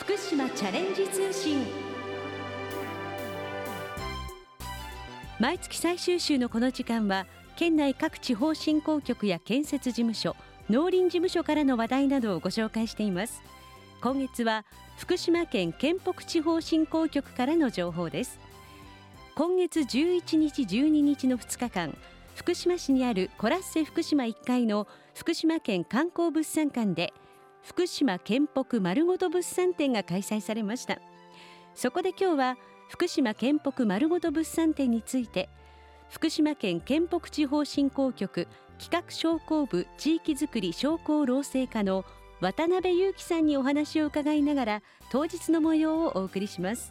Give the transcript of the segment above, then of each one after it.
福島チャレンジ通信。毎月最終週のこの時間は、県内各地方振興局や建設事務所、農林事務所からの話題などをご紹介しています。今月は福島県県北地方振興局からの情報です。今月11日12日の2日間、福島市にあるコラッセ福島1階の福島県観光物産館で福島県北まるごと物産展が開催されました。そこで今日は福島県北まるごと物産展について、福島県県北地方振興局企画商工部地域づくり商工労政課の渡辺裕樹さんにお話を伺いながら、当日の模様をお送りします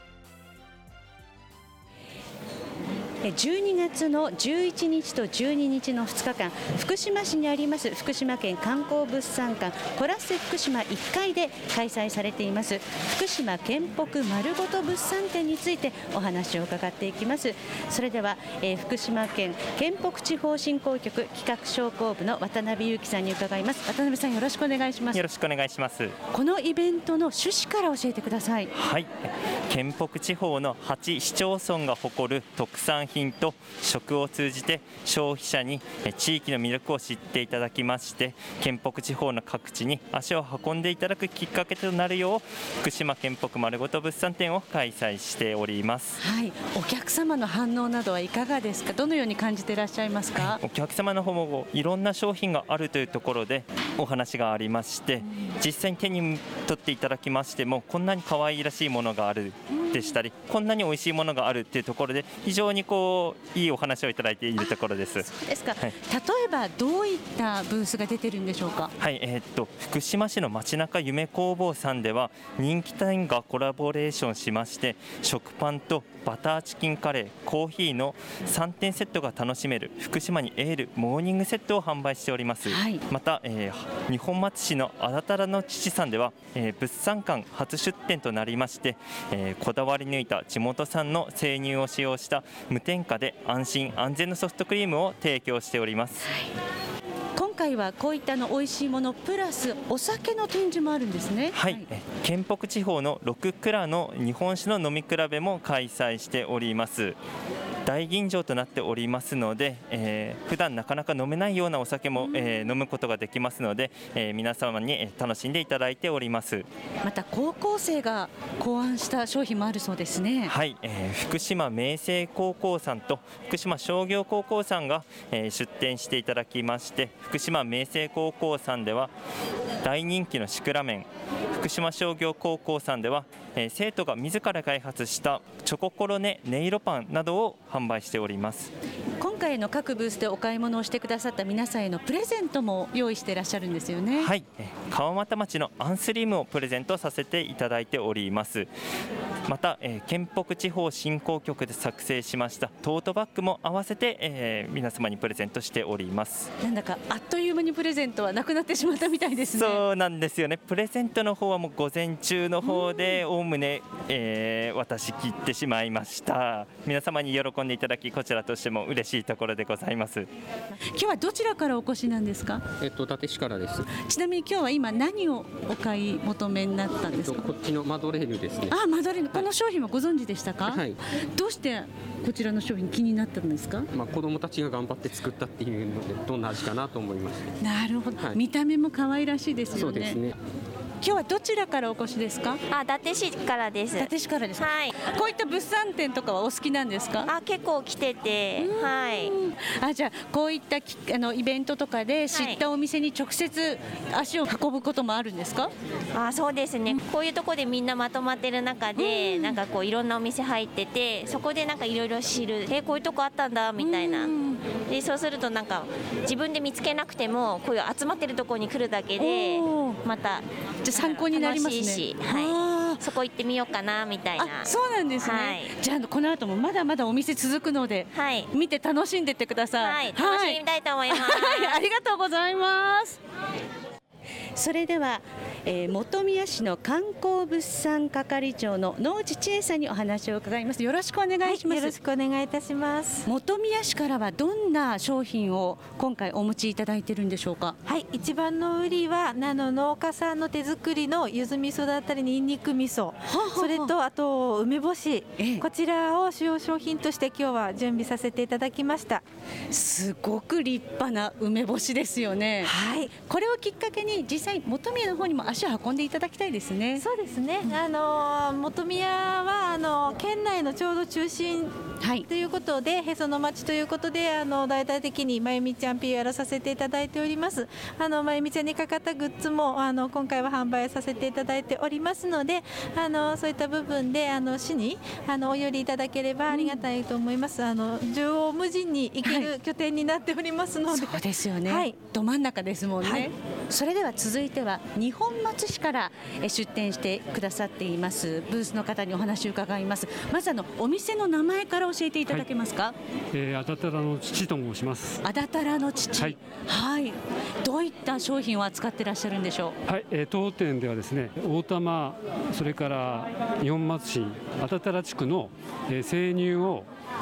。12月の11日と12日の2日間、福島市にあります福島県観光物産館コラッセ福島1階で開催されています福島県北まるごと物産展についてお話を伺っていきます。それでは、福島県県北地方振興局企画商工部の渡辺裕樹さんに伺います。渡辺さん、よろしくお願いします。 よろしくお願いします。 このイベントの趣旨から教えてください。 はい、県北地方の8市町村が誇る特産品と食を通じて消費者に地域の魅力を知っていただきまして、県北地方の各地に足を運んでいただくきっかけとなるよう、福島県北まるごと物産展を開催しております。 はい、お客様の反応などはいかがですか。どのように感じていらっしゃいますか。 お客様の方もいろんな商品があるというところでお話がありまして、実際に手に取っていただきましても、こんなに可愛らしいものがあるでしたり、こんなに美味しいものがあるというところで、非常にいいお話をいただいているところです。 そうですか。 はい、 例えばどういったブースが出てるんでしょうか。 はい、福島市の街中夢工房さんでは、人気店がコラボレーションしまして、食パンとバターチキンカレー、コーヒーの3点セットが楽しめる福島にエールモーニングセットを販売しております。 はい、 また、二本松市のあだたらの父さんでは、物産館初出店となりまして、こだわり抜いた地元産の生乳を使用した無添加で安心安全のソフトクリームを提供しております。はい、 今回はこういった美味しいものプラスお酒の展示もあるんですね。 はい、県北地方の6蔵の日本酒の飲み比べも開催しております。大吟醸となっておりますので、普段なかなか飲めないようなお酒も、飲むことができますので、皆様に楽しんでいただいております。 また高校生が考案した商品もあるそうですね。 はい、福島明星高校さんと福島商業高校さんが、出展していただきまして、福島明星高校さんでは大人気のシクラメン、福島商業高校さんでは、生徒が自ら開発したチョココロネ音色パンなどを販売しております。 今回の各ブースでお買い物をしてくださった皆さんへのプレゼントも用意していらっしゃるんですよね。 はい、川俣町のアンスリムをプレゼントさせていただいております。また、県北地方振興局で作成しましたトートバッグも合わせて、皆様にプレゼントしております。 なんだかあっという間にプレゼントはなくなってしまったみたいですね。 そうなんですよね。プレゼントの方はもう午前中の方でおおむね、渡し切ってしまいました。皆様に喜んでいただき、こちらとしても嬉しいところでございます。 今日はどちらからお越しなんですか。 伊達市からです。 ちなみに今日は今何をお買い求めになったんですか。 こっちのマドレーヌですね。 マドレーヌ、この商品もご存知でしたか。 はい、 どうしてこちらの商品気になったんですか。 子どもたちが頑張って作ったっていうので、どんな味かなと思いました。 なるほど、 はい、 見た目も可愛らしいですよね。 そうですね。 今日はどちらからお越しですか。 伊達市からです。 伊達市からですか。 はい。 こういった物産展とかはお好きなんですか。 結構来てて、はい。 じゃあこういったイベントとかで知ったお店に直接足を運ぶこともあるんですか。 そうですね。こういうところでみんなまとまってる中で、なんかいろんなお店入ってて、そこでなんかいろいろ知る、こういうとこあったんだみたいな。でそうするとなんか自分で見つけなくても、こういう集まってるところに来るだけでまたじゃ参考になりますね。 楽しいし、はい、そこ行ってみようかなみたいな。 そうなんですね。はい、じゃあこの後もまだまだお店続くので、はい、見て楽しんでってください。 はい、楽しみたいと思います。 ありがとうございます。 それでは、本宮市の観光物産係長の野内千恵さんにお話を伺います。よろしくお願いします。 よろしくお願いいたします。 本宮市からはどんな商品を今回お持ちいただいているんでしょうか。 はい、一番の売りは農家さんの手作りの柚子味噌だったりにんにく味噌、それとあと梅干し、こちらを主要商品として今日は準備させていただきました。 すごく立派な梅干しですよね。 はい、 これをきっかけに実際本宮の方にも足を運んでいただきたいですね。 そうですね。本宮は県内のちょうど中心ということで、へその町ということで大々的にまゆみちゃん PR させていただいております。まゆみちゃんにかかったグッズも今回は販売させていただいておりますので、そういった部分で市にお寄りいただければありがたいと思います。縦横無尽に行ける拠点になっておりますので、 そうですよね、ど真ん中ですもんね。それでは続いては二本松市から出店してくださっていますブースの方にお話を伺います。まずお店の名前から教えていただけますか。 あだたらの父と申します。 あだたらの父、はい、どういった商品を扱ってらっしゃるんでしょう。 はい、当店ではですね、大多摩、それから二本松市あだたら地区の、生乳を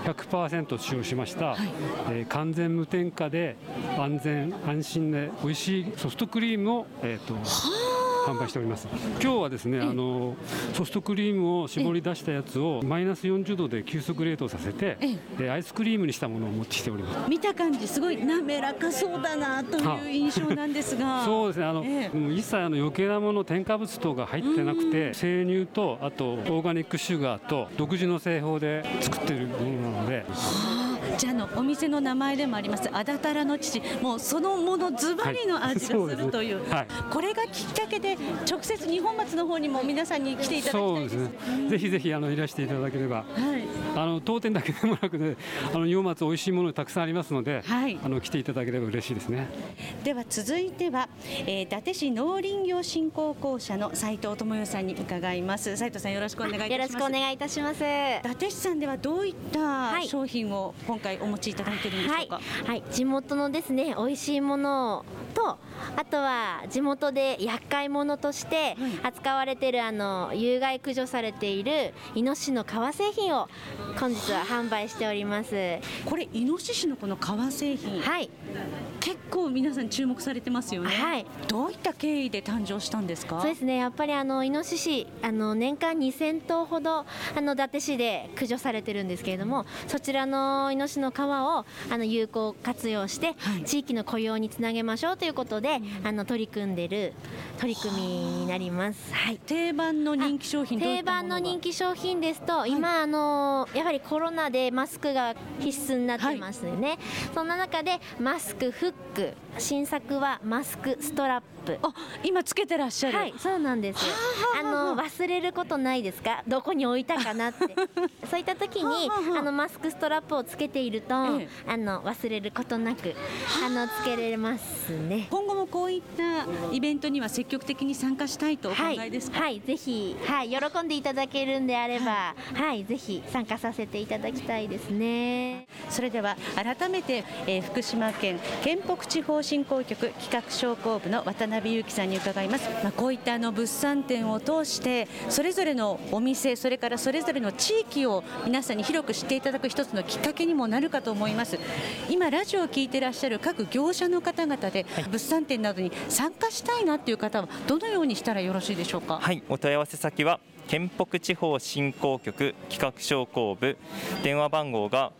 100% 使用しました、完全無添加で安全安心で美味しいソフトクリームを、販売しております。今日はですね、ソフトクリームを絞り出したやつをマイナス40度で急速冷凍させて、アイスクリームにしたものを持ってきております。 見た感じすごい滑らかそうだなという印象なんですがそうですね、一切余計なもの添加物等が入ってなくて、生乳とあとオーガニックシュガーと独自の製法で作っているものなので、 じゃあお店の名前でもありますあだたらの父、もうそのものズバリの味がするという、これがきっかけで直接二本松の方にも皆さんに来ていただきたいです。 そうですね、ぜひぜひいらしていただければ、当店だけでもなくね、二本松美味しいものたくさんありますので、来ていただければ嬉しいですね。 では続いては、伊達市農林業振興公社の斉藤智代さんに伺います。斉藤さん、よろしくお願いいたします。 よろしくお願いいたします。 伊達市さんではどういった商品を今回お持ちいただいているんでしょうか。 地元のですね、美味しいものと、あとは地元で厄介者として扱われている有害駆除されているイノシシの革製品を本日は販売しております。 これイノシシのこの革製品、結構皆さん注目されてますよね。どういった経緯で誕生したんですか。 そうですね、やっぱりイノシシ年間2000頭ほど伊達市で駆除されてるんですけれども、そちらのイノシシの皮を有効活用して地域の雇用につなげましょうということで、取り組んでいる取り組みになります。 定番の人気商品、 定番の人気商品ですと、今やはりコロナでマスクが必須になってますよね。そんな中でマスク、フック、新作はマスクストラップ。 今つけてらっしゃる。 そうなんです。忘れることないですか、どこに置いたかなってそういった時にマスクストラップをつけていると、忘れることなくつけれますね。 今後もこういったイベントには積極的に参加したいとお考えですか。 ぜひ、喜んでいただけるんであれば、ぜひ参加させていただきたいですね。 それでは改めて、福島県県北地方振興局企画商工部の渡辺裕樹さんに伺います。こういった物産展を通してそれぞれのお店、それからそれぞれの地域を皆さんに広く知っていただく一つのきっかけにもなるかと思います。今ラジオを聞いていらっしゃる各業者の方々で、物産展などに参加したいなという方はどのようにしたらよろしいでしょうか。 お問い合わせ先は県北地方振興局企画商工部、電話番号が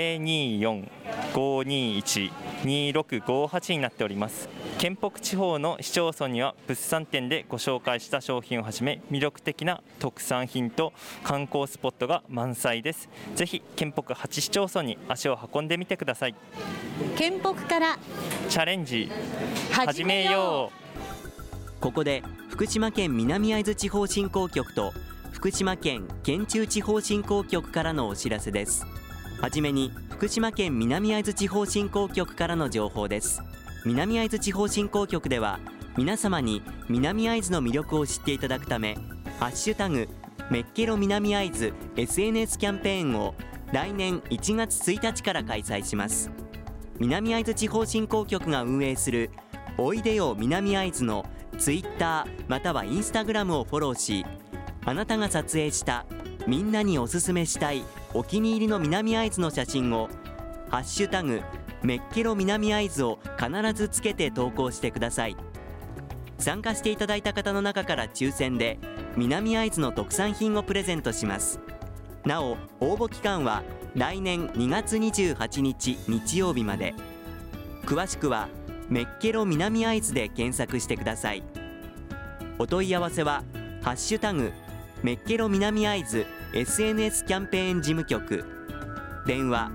024-521-2658 になっております。県北地方の市町村には物産展でご紹介した商品をはじめ魅力的な特産品と観光スポットが満載です。ぜひ県北8市町村に足を運んでみてください。 県北からチャレンジ始めよう。 ここで福島県南会津地方振興局と福島県県中地方振興局からのお知らせです。はじめに福島県南会津地方振興局からの情報です。南会津地方振興局では皆様に南会津の魅力を知っていただくため、ハッシュタグメッケロ南会津 SNS キャンペーンを来年1月1日から開催します。南会津地方振興局が運営するおいでよ南会津の Twitter または Instagram をフォローし、あなたが撮影したみんなにおすすめしたいお気に入りの南会津の写真をハッシュタグめっけろ南会津を必ずつけて投稿してください。参加していただいた方の中から抽選で南会津の特産品をプレゼントします。なお応募期間は来年2月28日日曜日まで。詳しくはめっけろ南会津で検索してください。お問い合わせはハッシュタグめっけろ南会津 SNS キャンペーン事務局、電話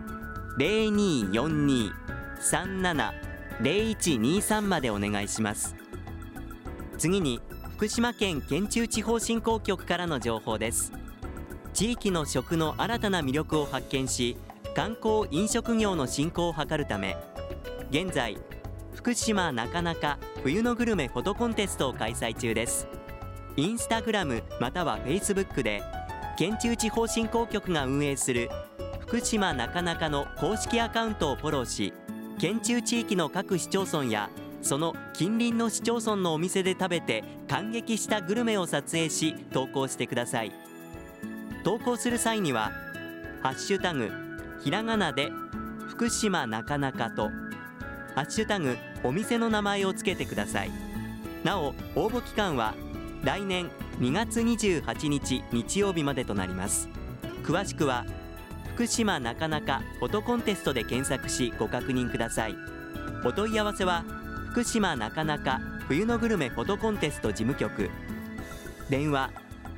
0242-370123 までお願いします。次に福島県県中地方振興局からの情報です。地域の食の新たな魅力を発見し、観光飲食業の振興を図るため、現在福島なかなか冬のグルメフォトコンテストを開催中です。インスタグラムまたはフェイスブックで県中地方振興局が運営する福島なかなかの公式アカウントをフォローし、県中地域の各市町村やその近隣の市町村のお店で食べて感激したグルメを撮影し投稿してください。投稿する際にはハッシュタグひらがなで福島なかなかとハッシュタグお店の名前をつけてください。なお応募期間は来年2月28日日曜日までとなります。詳しくは福島なかなかフォトコンテストで検索しご確認ください。お問い合わせは福島なかなか冬のグルメフォトコンテスト事務局、電話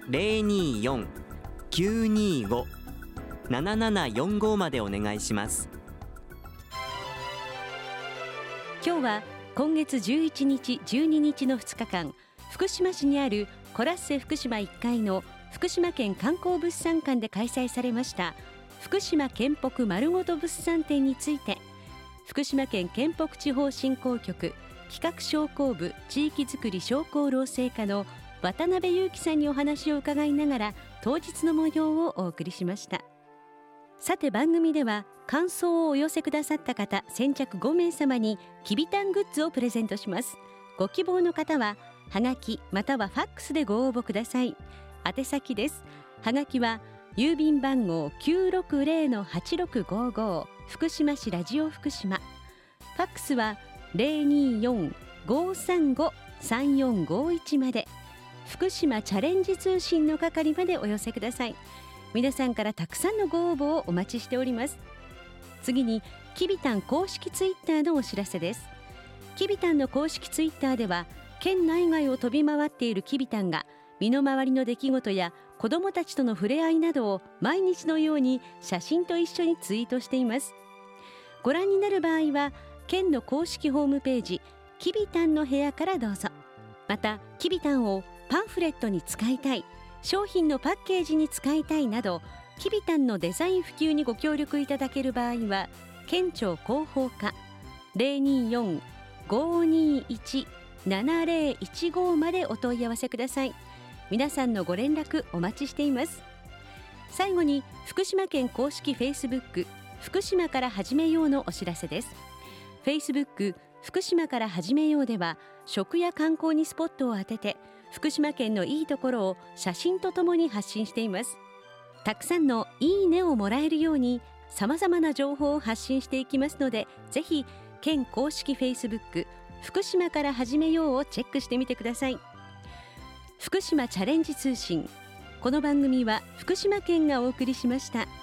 024-925-7745 までお願いします。 今日は今月11日12日の2日間、福島市にあるコラッセ福島1階の福島県観光物産館で開催されました福島県北まるごと物産展について、福島県県北地方振興局企画商工部地域づくり商工労政課の渡辺裕樹さんにお話を伺いながら当日の模様をお送りしました。さて番組では感想をお寄せくださった方先着5名様にきびたんグッズをプレゼントします。ご希望の方ははがきまたはファックスでご応募ください。宛先です。はがきは郵便番号 960-8655 福島市ラジオ福島、ファックスは 024-535-3451 まで、福島チャレンジ通信の係までお寄せください。皆さんからたくさんのご応募をお待ちしております。次にきびたん公式ツイッターのお知らせです。きびたんの公式ツイッターでは県内外を飛び回っているきびたんが身の回りの出来事や子どもたちとの触れ合いなどを毎日のように写真と一緒にツイートしています。ご覧になる場合は県の公式ホームページきびたんの部屋からどうぞ。またきびたんをパンフレットに使いたい、商品のパッケージに使いたいなどきびたんのデザイン普及にご協力いただける場合は県庁広報課 024-521-7015 までお問い合わせください。皆さんのご連絡お待ちしています。最後に福島県公式フェイスブック福島から始めようのお知らせです。フェイスブック福島から始めようでは食や観光にスポットを当てて福島県のいいところを写真とともに発信しています。たくさんのいいねをもらえるように様々な情報を発信していきますので、ぜひ県公式フェイスブック福島から始めようをチェックしてみてください。福島チャレンジ通信、この番組は福島県がお送りしました。